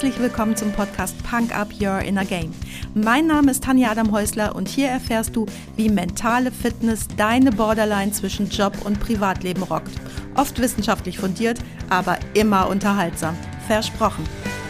Herzlich willkommen zum Podcast Punk Up Your Inner Game. Mein Name ist Tanja Adam-Häusler und hier erfährst du, wie mentale Fitness deine Borderline zwischen Job und Privatleben rockt. Oft wissenschaftlich fundiert, aber immer unterhaltsam. Versprochen.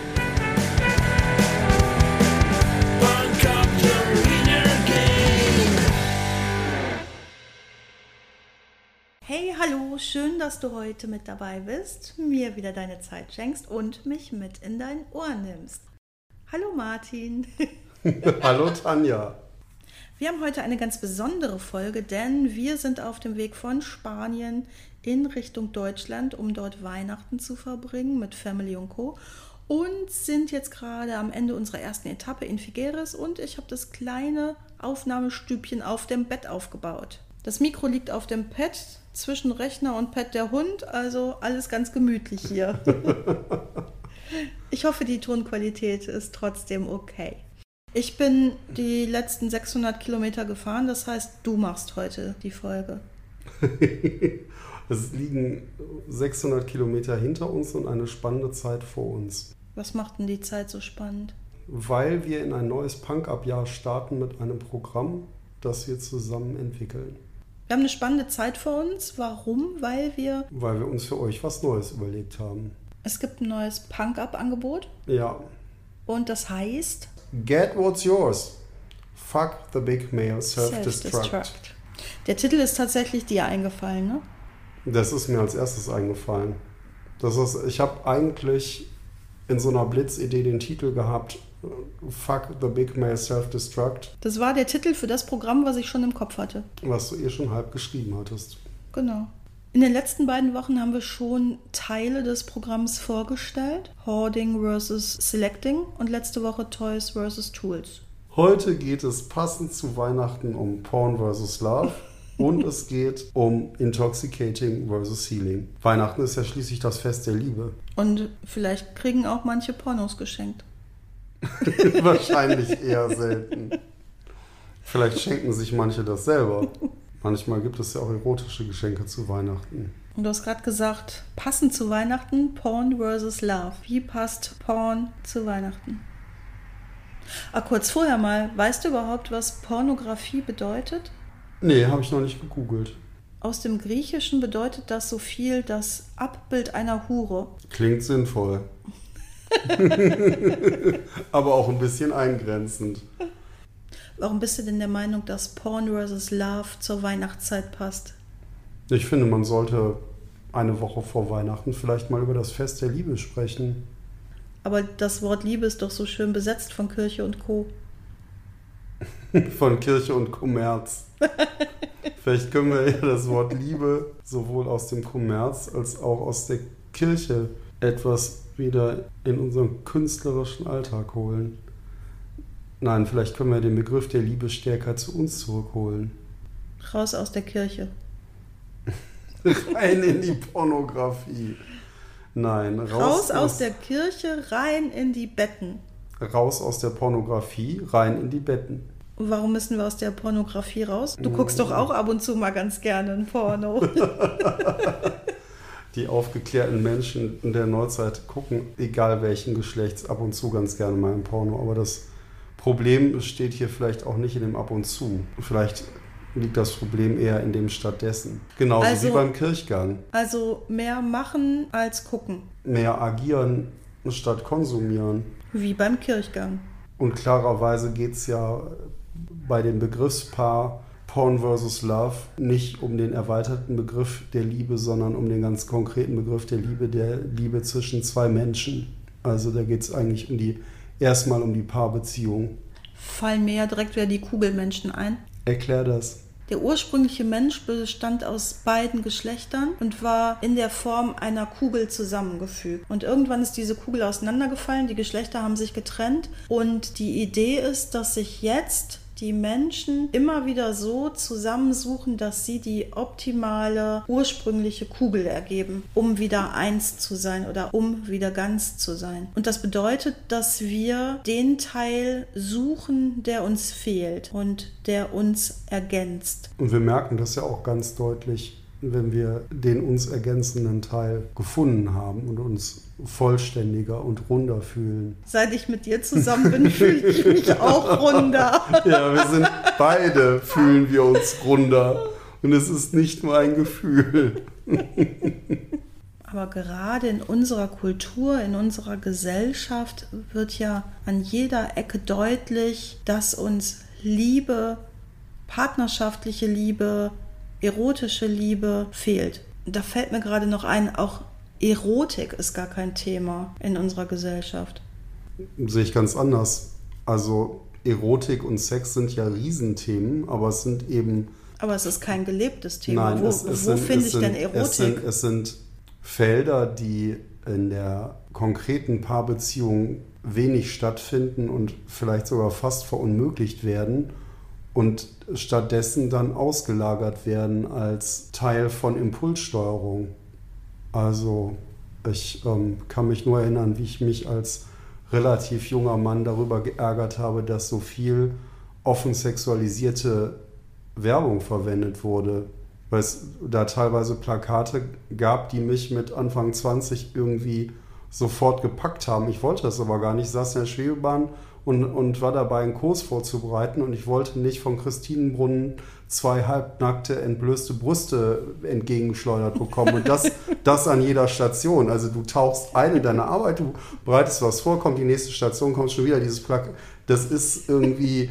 Hey, hallo, schön, dass du heute mit dabei bist, mir wieder deine Zeit schenkst und mich mit in dein Ohr nimmst. Hallo Martin. Hallo Tanja. Wir haben heute eine ganz besondere Folge, denn wir sind auf dem Weg von Spanien in Richtung Deutschland, um dort Weihnachten zu verbringen mit Family und Co. Und sind jetzt gerade am Ende unserer ersten Etappe in Figueres und ich habe das kleine Aufnahmestübchen auf dem Bett aufgebaut. Das Mikro liegt auf dem Pad zwischen Rechner und Pad der Hund, also alles ganz gemütlich hier. Ich hoffe, die Tonqualität ist trotzdem okay. Ich bin die letzten 600 Kilometer gefahren, das heißt, du machst heute die Folge. Es liegen 600 Kilometer hinter uns und eine spannende Zeit vor uns. Was macht denn die Zeit so spannend? Weil wir in ein neues Punk-Up-Jahr starten mit einem Programm, das wir zusammen entwickeln. Wir haben eine spannende Zeit vor uns. Warum? Weil wir uns für euch was Neues überlegt haben. Es gibt ein neues Punk-Up-Angebot. Ja. Und das heißt? Get what's yours. Fuck the big male self-destruct. Der Titel ist tatsächlich dir eingefallen, ne? Das ist mir als erstes eingefallen. Ich habe eigentlich in so einer Blitzidee den Titel gehabt, Fuck the big male self-destruct. Das war der Titel für das Programm, was ich schon im Kopf hatte. Was du schon halb geschrieben hattest. Genau. In den letzten beiden Wochen haben wir schon Teile des Programms vorgestellt. Hoarding vs. Selecting und letzte Woche Toys vs. Tools. Heute geht es passend zu Weihnachten um Porn vs. Love und es geht um Intoxicating vs. Healing. Weihnachten ist ja schließlich das Fest der Liebe. Und vielleicht kriegen auch manche Pornos geschenkt. Wahrscheinlich eher selten. Vielleicht schenken sich manche das selber. Manchmal gibt es ja auch erotische Geschenke zu Weihnachten. Und du hast gerade gesagt, passend zu Weihnachten, Porn versus Love. Wie passt Porn zu Weihnachten? Kurz vorher mal, weißt du überhaupt, was Pornografie bedeutet? Nee, habe ich noch nicht gegoogelt. Aus dem Griechischen bedeutet das so viel, das Abbild einer Hure. Klingt sinnvoll. Aber auch ein bisschen eingrenzend. Warum bist du denn der Meinung, dass Porn vs. Love zur Weihnachtszeit passt? Ich finde, man sollte eine Woche vor Weihnachten vielleicht mal über das Fest der Liebe sprechen. Aber das Wort Liebe ist doch so schön besetzt von Kirche und Co. Von Kirche und Kommerz. Vielleicht können wir ja das Wort Liebe sowohl aus dem Kommerz als auch aus der Kirche etwas wieder in unseren künstlerischen Alltag holen. Nein, vielleicht können wir den Begriff der Liebe stärker zu uns zurückholen. Raus aus der Kirche. Rein in die Pornografie. Nein, raus aus der Kirche, rein in die Betten. Raus aus der Pornografie, rein in die Betten. Und warum müssen wir aus der Pornografie raus? Du guckst doch auch ab und zu mal ganz gerne ein Porno. Die aufgeklärten Menschen in der Neuzeit gucken, egal welchen Geschlechts, ab und zu ganz gerne mal im Porno. Aber das Problem besteht hier vielleicht auch nicht in dem ab und zu. Vielleicht liegt das Problem eher in dem stattdessen. Genauso wie beim Kirchgang. Also mehr machen als gucken. Mehr agieren statt konsumieren. Wie beim Kirchgang. Und klarerweise geht es ja bei dem Begriffspaar Porn vs. Love nicht um den erweiterten Begriff der Liebe, sondern um den ganz konkreten Begriff der Liebe zwischen zwei Menschen. Also da geht es eigentlich erstmal um die Paarbeziehung. Fallen mir ja direkt wieder die Kugelmenschen ein. Erklär das. Der ursprüngliche Mensch bestand aus beiden Geschlechtern und war in der Form einer Kugel zusammengefügt. Und irgendwann ist diese Kugel auseinandergefallen, die Geschlechter haben sich getrennt und die Idee ist, dass sich jetzt die Menschen immer wieder so zusammensuchen, dass sie die optimale ursprüngliche Kugel ergeben, um wieder eins zu sein oder um wieder ganz zu sein. Und das bedeutet, dass wir den Teil suchen, der uns fehlt und der uns ergänzt. Und wir merken das ja auch ganz deutlich wenn wir den uns ergänzenden Teil gefunden haben und uns vollständiger und runder fühlen. Seit ich mit dir zusammen bin, fühle ich mich auch runder. Ja, wir sind beide, fühlen wir uns runder. Und es ist nicht nur ein Gefühl. Aber gerade in unserer Kultur, in unserer Gesellschaft wird ja an jeder Ecke deutlich, dass uns Liebe, partnerschaftliche Liebe, erotische Liebe fehlt. Da fällt mir gerade noch ein, auch Erotik ist gar kein Thema in unserer Gesellschaft. Sehe ich ganz anders. Also Erotik und Sex sind ja Riesenthemen, aber es sind eben... Aber es ist kein gelebtes Thema. Nein, wo finde ich denn Erotik? Es sind Felder, die in der konkreten Paarbeziehung wenig stattfinden und vielleicht sogar fast verunmöglicht werden und stattdessen dann ausgelagert werden als Teil von Impulssteuerung. Also ich kann mich nur erinnern, wie ich mich als relativ junger Mann darüber geärgert habe, dass so viel offen sexualisierte Werbung verwendet wurde, weil es da teilweise Plakate gab, die mich mit Anfang 20 irgendwie sofort gepackt haben. Ich wollte das aber gar nicht. Ich saß in der Schwebebahn und war dabei, einen Kurs vorzubereiten und ich wollte nicht von Christinenbrunnen 2 halbnackte, entblößte Brüste entgegengeschleudert bekommen und das an jeder Station. Also du tauchst ein in deine Arbeit, du bereitest was vor, kommt die nächste Station, kommt schon wieder dieses Plakat. Das ist irgendwie...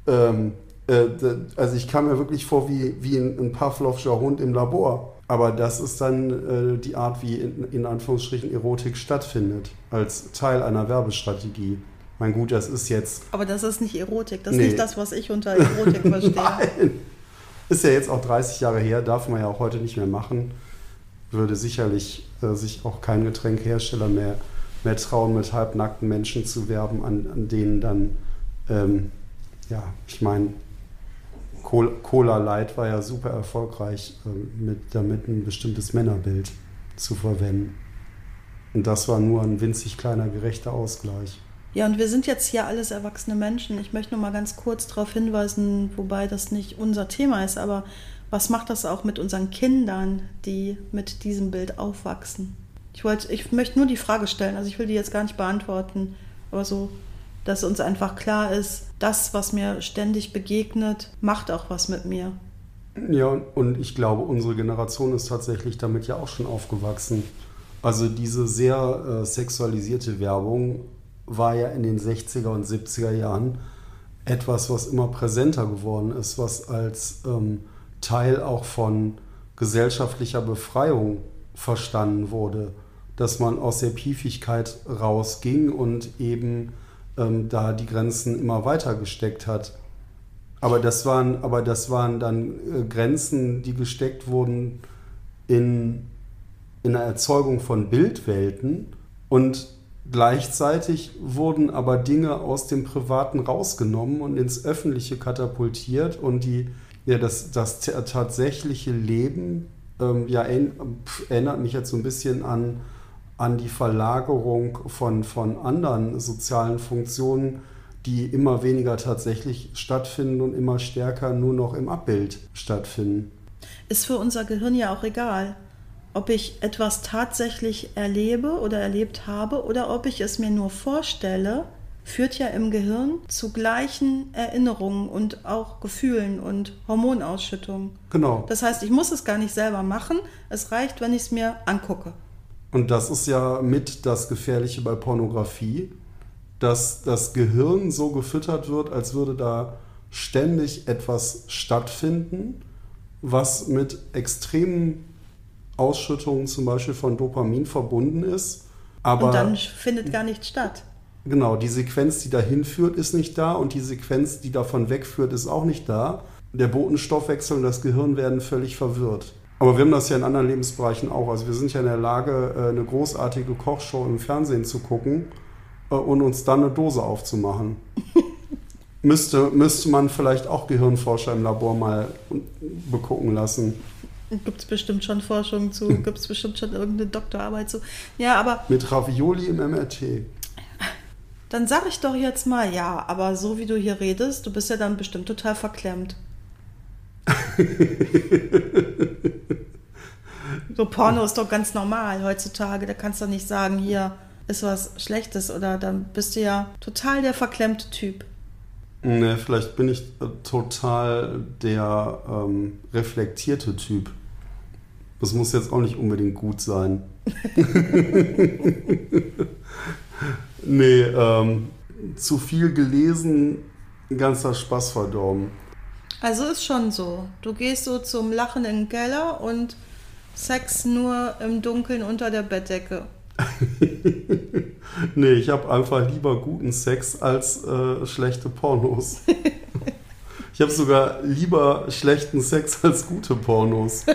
also ich kam mir wirklich vor wie ein Pavlovscher Hund im Labor. Aber das ist dann die Art, wie in Anführungsstrichen Erotik stattfindet, als Teil einer Werbestrategie. Mein Gut, das ist jetzt... Aber das ist nicht Erotik, das ist nicht das, was ich unter Erotik verstehe. Nein. Ist ja jetzt auch 30 Jahre her, darf man ja auch heute nicht mehr machen. Würde sicherlich sich auch kein Getränkehersteller mehr trauen, mit halbnackten Menschen zu werben, an denen dann, ich meine... Cola Light war ja super erfolgreich, damit ein bestimmtes Männerbild zu verwenden. Und das war nur ein winzig kleiner gerechter Ausgleich. Ja, und wir sind jetzt hier alles erwachsene Menschen. Ich möchte nur mal ganz kurz darauf hinweisen, wobei das nicht unser Thema ist, aber was macht das auch mit unseren Kindern, die mit diesem Bild aufwachsen? Ich möchte nur die Frage stellen, also ich will die jetzt gar nicht beantworten, aber so, dass uns einfach klar ist, das, was mir ständig begegnet, macht auch was mit mir. Ja, und ich glaube, unsere Generation ist tatsächlich damit ja auch schon aufgewachsen. Also diese sehr sexualisierte Werbung war ja in den 60er und 70er Jahren etwas, was immer präsenter geworden ist, was als Teil auch von gesellschaftlicher Befreiung verstanden wurde, dass man aus der Piefigkeit rausging und eben da die Grenzen immer weiter gesteckt hat. Aber das waren dann Grenzen, die gesteckt wurden in der Erzeugung von Bildwelten und gleichzeitig wurden aber Dinge aus dem Privaten rausgenommen und ins Öffentliche katapultiert und das tatsächliche Leben erinnert mich jetzt so ein bisschen an die Verlagerung von anderen sozialen Funktionen, die immer weniger tatsächlich stattfinden und immer stärker nur noch im Abbild stattfinden. Ist für unser Gehirn ja auch egal, ob ich etwas tatsächlich erlebe oder erlebt habe oder ob ich es mir nur vorstelle, führt ja im Gehirn zu gleichen Erinnerungen und auch Gefühlen und Hormonausschüttungen. Genau. Das heißt, ich muss es gar nicht selber machen, es reicht, wenn ich es mir angucke. Und das ist ja mit das Gefährliche bei Pornografie, dass das Gehirn so gefüttert wird, als würde da ständig etwas stattfinden, was mit extremen Ausschüttungen zum Beispiel von Dopamin verbunden ist. Aber und dann findet gar nichts statt. Genau, die Sequenz, die dahin führt, ist nicht da und die Sequenz, die davon wegführt, ist auch nicht da. Der Botenstoffwechsel und das Gehirn werden völlig verwirrt. Aber wir haben das ja in anderen Lebensbereichen auch. Also wir sind ja in der Lage, eine großartige Kochshow im Fernsehen zu gucken und uns dann eine Dose aufzumachen. Müsste man vielleicht auch Gehirnforscher im Labor mal begucken lassen. Gibt es bestimmt schon Forschung zu, gibt es bestimmt schon irgendeine Doktorarbeit zu. Ja, aber... Mit Ravioli im MRT. Dann sag ich doch jetzt mal, ja, aber so wie du hier redest, du bist ja dann bestimmt total verklemmt. So Porno ist doch ganz normal heutzutage. Da kannst du doch nicht sagen, hier ist was Schlechtes oder dann bist du ja total der verklemmte Typ. Ne, vielleicht bin ich total der reflektierte Typ. Das muss jetzt auch nicht unbedingt gut sein. Nee, zu viel gelesen, ganzer Spaß verdorben. Also ist schon so. Du gehst so zum Lachen in den Keller und Sex nur im Dunkeln unter der Bettdecke. Nee, ich habe einfach lieber guten Sex als schlechte Pornos. Ich habe sogar lieber schlechten Sex als gute Pornos.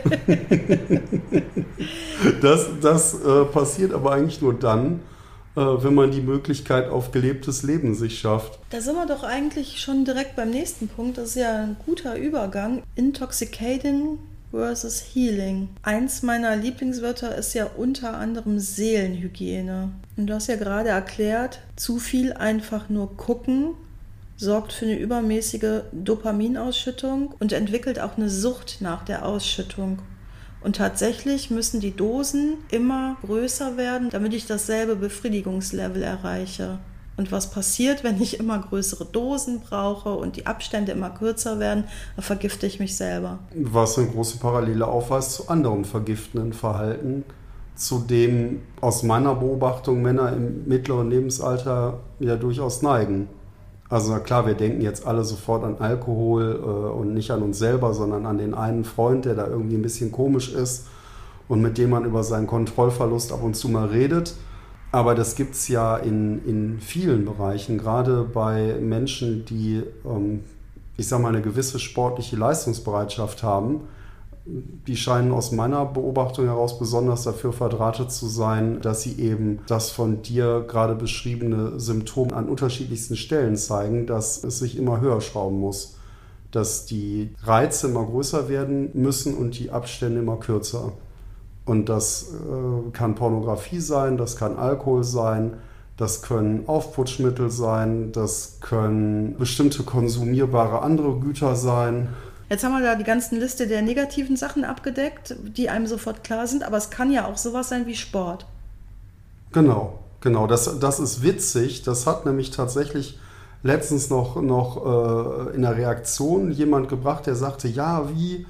Das passiert aber eigentlich nur dann, wenn man die Möglichkeit auf gelebtes Leben sich schafft. Da sind wir doch eigentlich schon direkt beim nächsten Punkt. Das ist ja ein guter Übergang. Intoxicating versus Healing. Eins meiner Lieblingswörter ist ja unter anderem Seelenhygiene. Und du hast ja gerade erklärt, zu viel einfach nur gucken sorgt für eine übermäßige Dopaminausschüttung und entwickelt auch eine Sucht nach der Ausschüttung. Und tatsächlich müssen die Dosen immer größer werden, damit ich dasselbe Befriedigungslevel erreiche. Und was passiert, wenn ich immer größere Dosen brauche und die Abstände immer kürzer werden, dann vergifte ich mich selber. Was eine große Parallele aufweist zu anderem vergiftenden Verhalten, zu dem aus meiner Beobachtung Männer im mittleren Lebensalter ja durchaus neigen. Also klar, wir denken jetzt alle sofort an Alkohol und nicht an uns selber, sondern an den einen Freund, der da irgendwie ein bisschen komisch ist und mit dem man über seinen Kontrollverlust ab und zu mal redet. Aber das gibt es ja in vielen Bereichen, gerade bei Menschen, die, ich sag mal, eine gewisse sportliche Leistungsbereitschaft haben. Die scheinen aus meiner Beobachtung heraus besonders dafür verdrahtet zu sein, dass sie eben das von dir gerade beschriebene Symptom an unterschiedlichsten Stellen zeigen, dass es sich immer höher schrauben muss, dass die Reize immer größer werden müssen und die Abstände immer kürzer. Und das kann Pornografie sein, das kann Alkohol sein, das können Aufputschmittel sein, das können bestimmte konsumierbare andere Güter sein. Jetzt haben wir da die ganzen Liste der negativen Sachen abgedeckt, die einem sofort klar sind, aber es kann ja auch sowas sein wie Sport. Genau. Das ist witzig. Das hat nämlich tatsächlich letztens noch in der Reaktion jemand gebracht, der sagte, ja,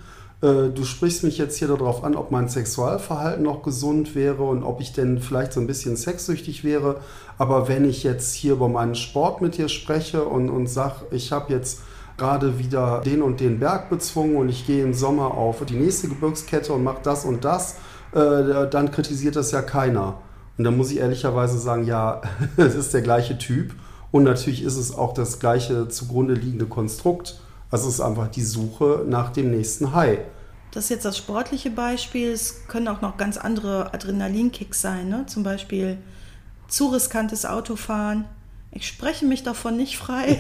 du sprichst mich jetzt hier darauf an, ob mein Sexualverhalten noch gesund wäre und ob ich denn vielleicht so ein bisschen sexsüchtig wäre. Aber wenn ich jetzt hier über meinen Sport mit dir spreche und sage, ich habe jetzt gerade wieder den und den Berg bezwungen und ich gehe im Sommer auf die nächste Gebirgskette und mache das und das, dann kritisiert das ja keiner. Und da muss ich ehrlicherweise sagen, ja, es ist der gleiche Typ und natürlich ist es auch das gleiche zugrunde liegende Konstrukt. Also es ist einfach die Suche nach dem nächsten High. Das ist jetzt das sportliche Beispiel. Es können auch noch ganz andere Adrenalinkicks sein, ne? Zum Beispiel zu riskantes Autofahren. Ich spreche mich davon nicht frei.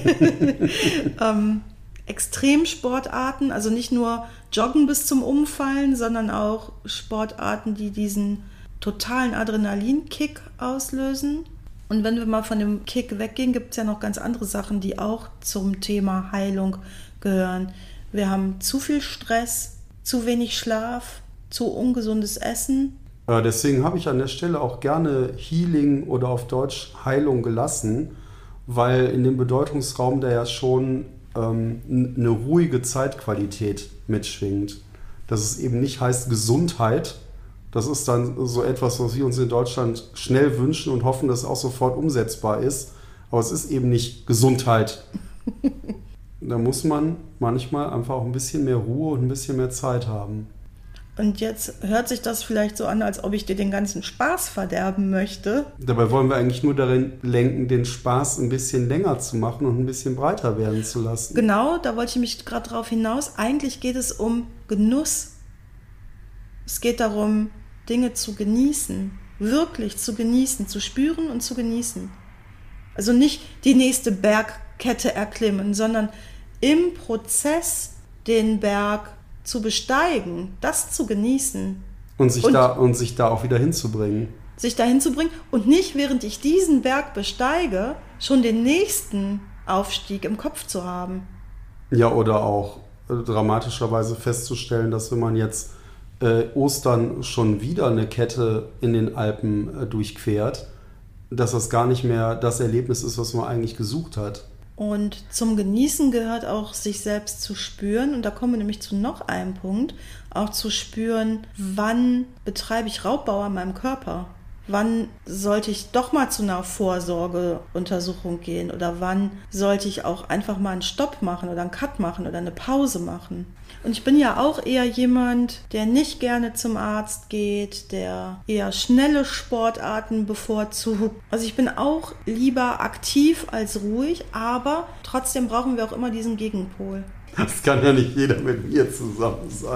Extremsportarten, also nicht nur Joggen bis zum Umfallen, sondern auch Sportarten, die diesen totalen Adrenalinkick auslösen. Und wenn wir mal von dem Kick weggehen, gibt es ja noch ganz andere Sachen, die auch zum Thema Heilung gehören. Wir haben zu viel Stress, zu wenig Schlaf, zu ungesundes Essen. Deswegen habe ich an der Stelle auch gerne Healing oder auf Deutsch Heilung gelassen, weil in dem Bedeutungsraum da ja schon eine ruhige Zeitqualität mitschwingt. Dass es eben nicht heißt Gesundheit. Das ist dann so etwas, was wir uns in Deutschland schnell wünschen und hoffen, dass es auch sofort umsetzbar ist. Aber es ist eben nicht Gesundheit. Da muss man manchmal einfach auch ein bisschen mehr Ruhe und ein bisschen mehr Zeit haben. Und jetzt hört sich das vielleicht so an, als ob ich dir den ganzen Spaß verderben möchte. Dabei wollen wir eigentlich nur darin lenken, den Spaß ein bisschen länger zu machen und ein bisschen breiter werden zu lassen. Genau, da wollte ich mich gerade drauf hinaus. Eigentlich geht es um Genuss. Es geht darum, Dinge zu genießen, wirklich zu genießen, zu spüren und zu genießen. Also nicht die nächste Bergkette erklimmen, sondern im Prozess den Berg zu besteigen, das zu genießen. Und sich da auch wieder hinzubringen. Sich da hinzubringen und nicht, während ich diesen Berg besteige, schon den nächsten Aufstieg im Kopf zu haben. Ja, oder auch dramatischerweise festzustellen, dass wenn man jetzt Ostern schon wieder eine Kette in den Alpen durchquert, dass das gar nicht mehr das Erlebnis ist, was man eigentlich gesucht hat. Und zum Genießen gehört auch, sich selbst zu spüren. Und da kommen wir nämlich zu noch einem Punkt, auch zu spüren, wann betreibe ich Raubbau an meinem Körper? Wann sollte ich doch mal zu einer Vorsorgeuntersuchung gehen? Oder wann sollte ich auch einfach mal einen Stopp machen oder einen Cut machen oder eine Pause machen? Und ich bin ja auch eher jemand, der nicht gerne zum Arzt geht, der eher schnelle Sportarten bevorzugt. Also ich bin auch lieber aktiv als ruhig, aber trotzdem brauchen wir auch immer diesen Gegenpol. Das kann ja nicht jeder mit mir zusammen sein.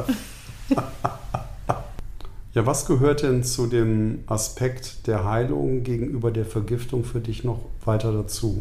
Ja, was gehört denn zu dem Aspekt der Heilung gegenüber der Vergiftung für dich noch weiter dazu?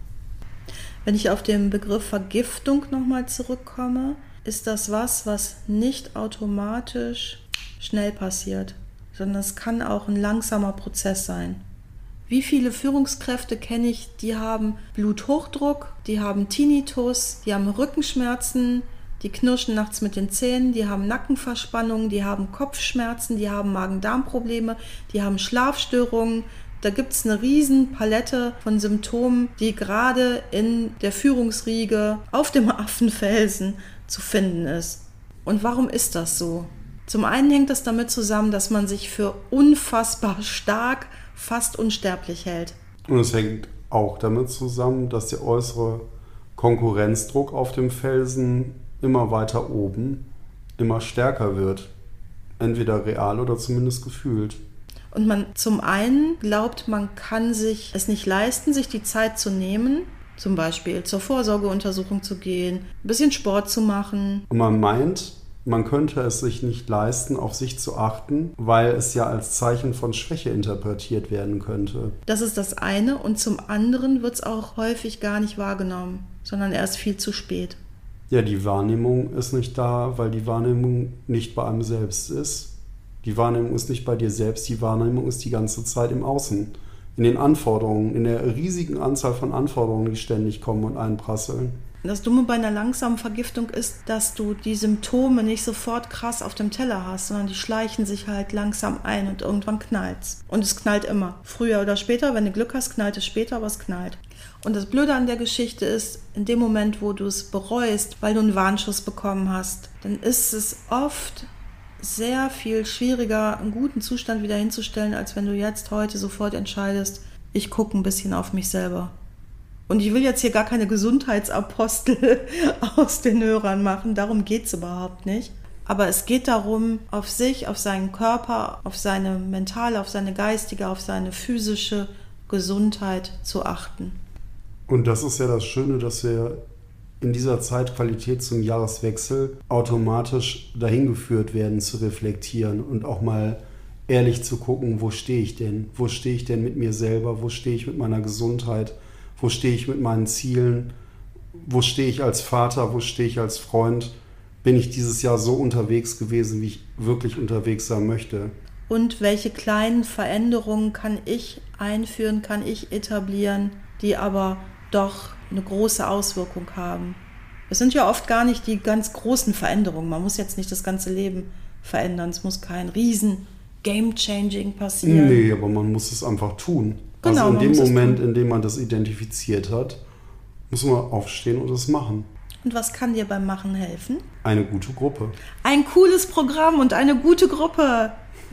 Wenn ich auf den Begriff Vergiftung nochmal zurückkomme, ist das was nicht automatisch schnell passiert, sondern es kann auch ein langsamer Prozess sein. Wie viele Führungskräfte kenne ich, die haben Bluthochdruck, die haben Tinnitus, die haben Rückenschmerzen, die knirschen nachts mit den Zähnen, die haben Nackenverspannungen, die haben Kopfschmerzen, die haben Magen-Darm-Probleme, die haben Schlafstörungen. Da gibt es eine riesen Palette von Symptomen, die gerade in der Führungsriege auf dem Affenfelsen zu finden ist. Und warum ist das so? Zum einen hängt das damit zusammen, dass man sich für unfassbar stark, fast unsterblich hält. Und es hängt auch damit zusammen, dass der äußere Konkurrenzdruck auf dem Felsen immer weiter oben, immer stärker wird. Entweder real oder zumindest gefühlt. Und man zum einen glaubt, man kann sich es nicht leisten, sich die Zeit zu nehmen, zum Beispiel zur Vorsorgeuntersuchung zu gehen, ein bisschen Sport zu machen. Und man meint, man könnte es sich nicht leisten, auf sich zu achten, weil es ja als Zeichen von Schwäche interpretiert werden könnte. Das ist das eine. Und zum anderen wird es auch häufig gar nicht wahrgenommen, sondern erst viel zu spät. Ja, die Wahrnehmung ist nicht da, weil die Wahrnehmung nicht bei einem selbst ist. Die Wahrnehmung ist nicht bei dir selbst, die Wahrnehmung ist die ganze Zeit im Außen. In den Anforderungen, in der riesigen Anzahl von Anforderungen, die ständig kommen und einprasseln. Das Dumme bei einer langsamen Vergiftung ist, dass du die Symptome nicht sofort krass auf dem Teller hast, sondern die schleichen sich halt langsam ein und irgendwann knallt's. Und es knallt immer. Früher oder später, wenn du Glück hast, knallt es später, aber es knallt. Und das Blöde an der Geschichte ist, in dem Moment, wo du es bereust, weil du einen Warnschuss bekommen hast, dann ist es oft sehr viel schwieriger, einen guten Zustand wieder hinzustellen, als wenn du jetzt heute sofort entscheidest, ich gucke ein bisschen auf mich selber. Und ich will jetzt hier gar keine Gesundheitsapostel aus den Hörern machen, darum geht es überhaupt nicht. Aber es geht darum, auf sich, auf seinen Körper, auf seine mentale, auf seine geistige, auf seine physische Gesundheit zu achten. Und das ist ja das Schöne, dass wir in dieser Zeitqualität zum Jahreswechsel automatisch dahin geführt werden, zu reflektieren und auch mal ehrlich zu gucken, wo stehe ich denn? Wo stehe ich denn mit mir selber? Wo stehe ich mit meiner Gesundheit? Wo stehe ich mit meinen Zielen? Wo stehe ich als Vater? Wo stehe ich als Freund? Bin ich dieses Jahr so unterwegs gewesen, wie ich wirklich unterwegs sein möchte? Und welche kleinen Veränderungen kann ich einführen, kann ich etablieren, die aber doch eine große Auswirkung haben? Es sind ja oft gar nicht die ganz großen Veränderungen. Man muss jetzt nicht das ganze Leben verändern. Es muss kein riesen Game-Changing passieren. Nee, aber man muss es einfach tun. Genau, also in dem Moment, in dem man das identifiziert hat, muss man aufstehen und es machen. Und was kann dir beim Machen helfen? Eine gute Gruppe. Ein cooles Programm und eine gute Gruppe.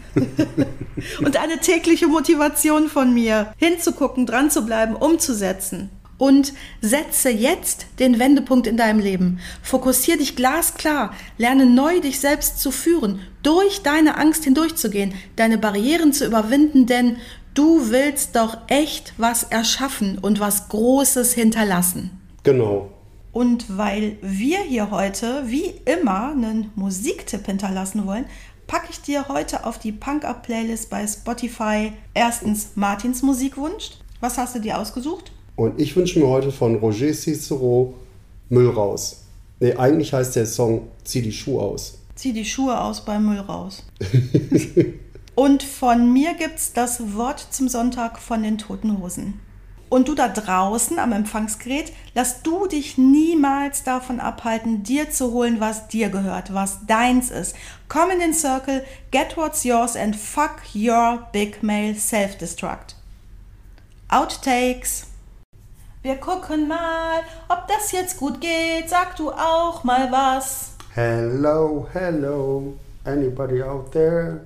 Und eine tägliche Motivation von mir, hinzugucken, dran zu bleiben, umzusetzen. Und setze jetzt den Wendepunkt in deinem Leben. Fokussiere dich glasklar, lerne neu, dich selbst zu führen, durch deine Angst hindurchzugehen, deine Barrieren zu überwinden, denn du willst doch echt was erschaffen und was Großes hinterlassen. Genau. Und weil wir hier heute, wie immer, einen Musiktipp hinterlassen wollen, packe ich dir heute auf die Punk-Up-Playlist bei Spotify erstens Martins Musikwunsch. Was hast du dir ausgesucht? Und ich wünsche mir heute von Roger Cicero Müll raus. Nee, eigentlich heißt der Song Zieh die Schuhe aus. Zieh die Schuhe aus beim Müll raus. Und von mir gibt's das Wort zum Sonntag von den Toten Hosen. Und du da draußen am Empfangsgerät, lass du dich niemals davon abhalten, dir zu holen, was dir gehört, was deins ist. Komm in den Circle, get what's yours and fuck your big male self-destruct. Outtakes. Wir gucken mal, ob das jetzt gut geht. Sag du auch mal was. Hello, hello, anybody out there?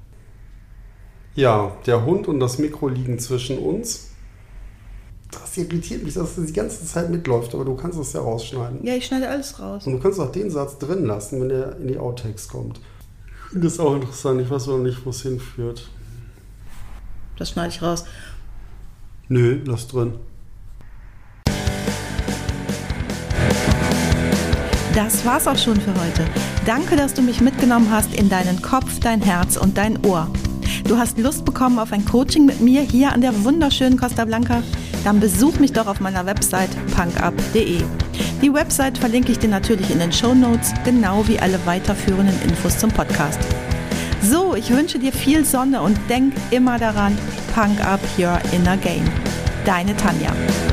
Ja, der Hund und das Mikro liegen zwischen uns. Das irritiert mich, dass das die ganze Zeit mitläuft, aber du kannst das ja rausschneiden. Ja, ich schneide alles raus. Und du kannst auch den Satz drin lassen, wenn der in die Outtakes kommt. Das ist auch interessant, ich weiß noch nicht, wo es hinführt. Das schneide ich raus. Nö, lass drin. Das war's auch schon für heute. Danke, dass du mich mitgenommen hast in deinen Kopf, dein Herz und dein Ohr. Du hast Lust bekommen auf ein Coaching mit mir hier an der wunderschönen Costa Blanca? Dann besuch mich doch auf meiner Website punkup.de. Die Website verlinke ich dir natürlich in den Shownotes, genau wie alle weiterführenden Infos zum Podcast. So, ich wünsche dir viel Sonne und denk immer daran, Punk up your inner game. Deine Tanja.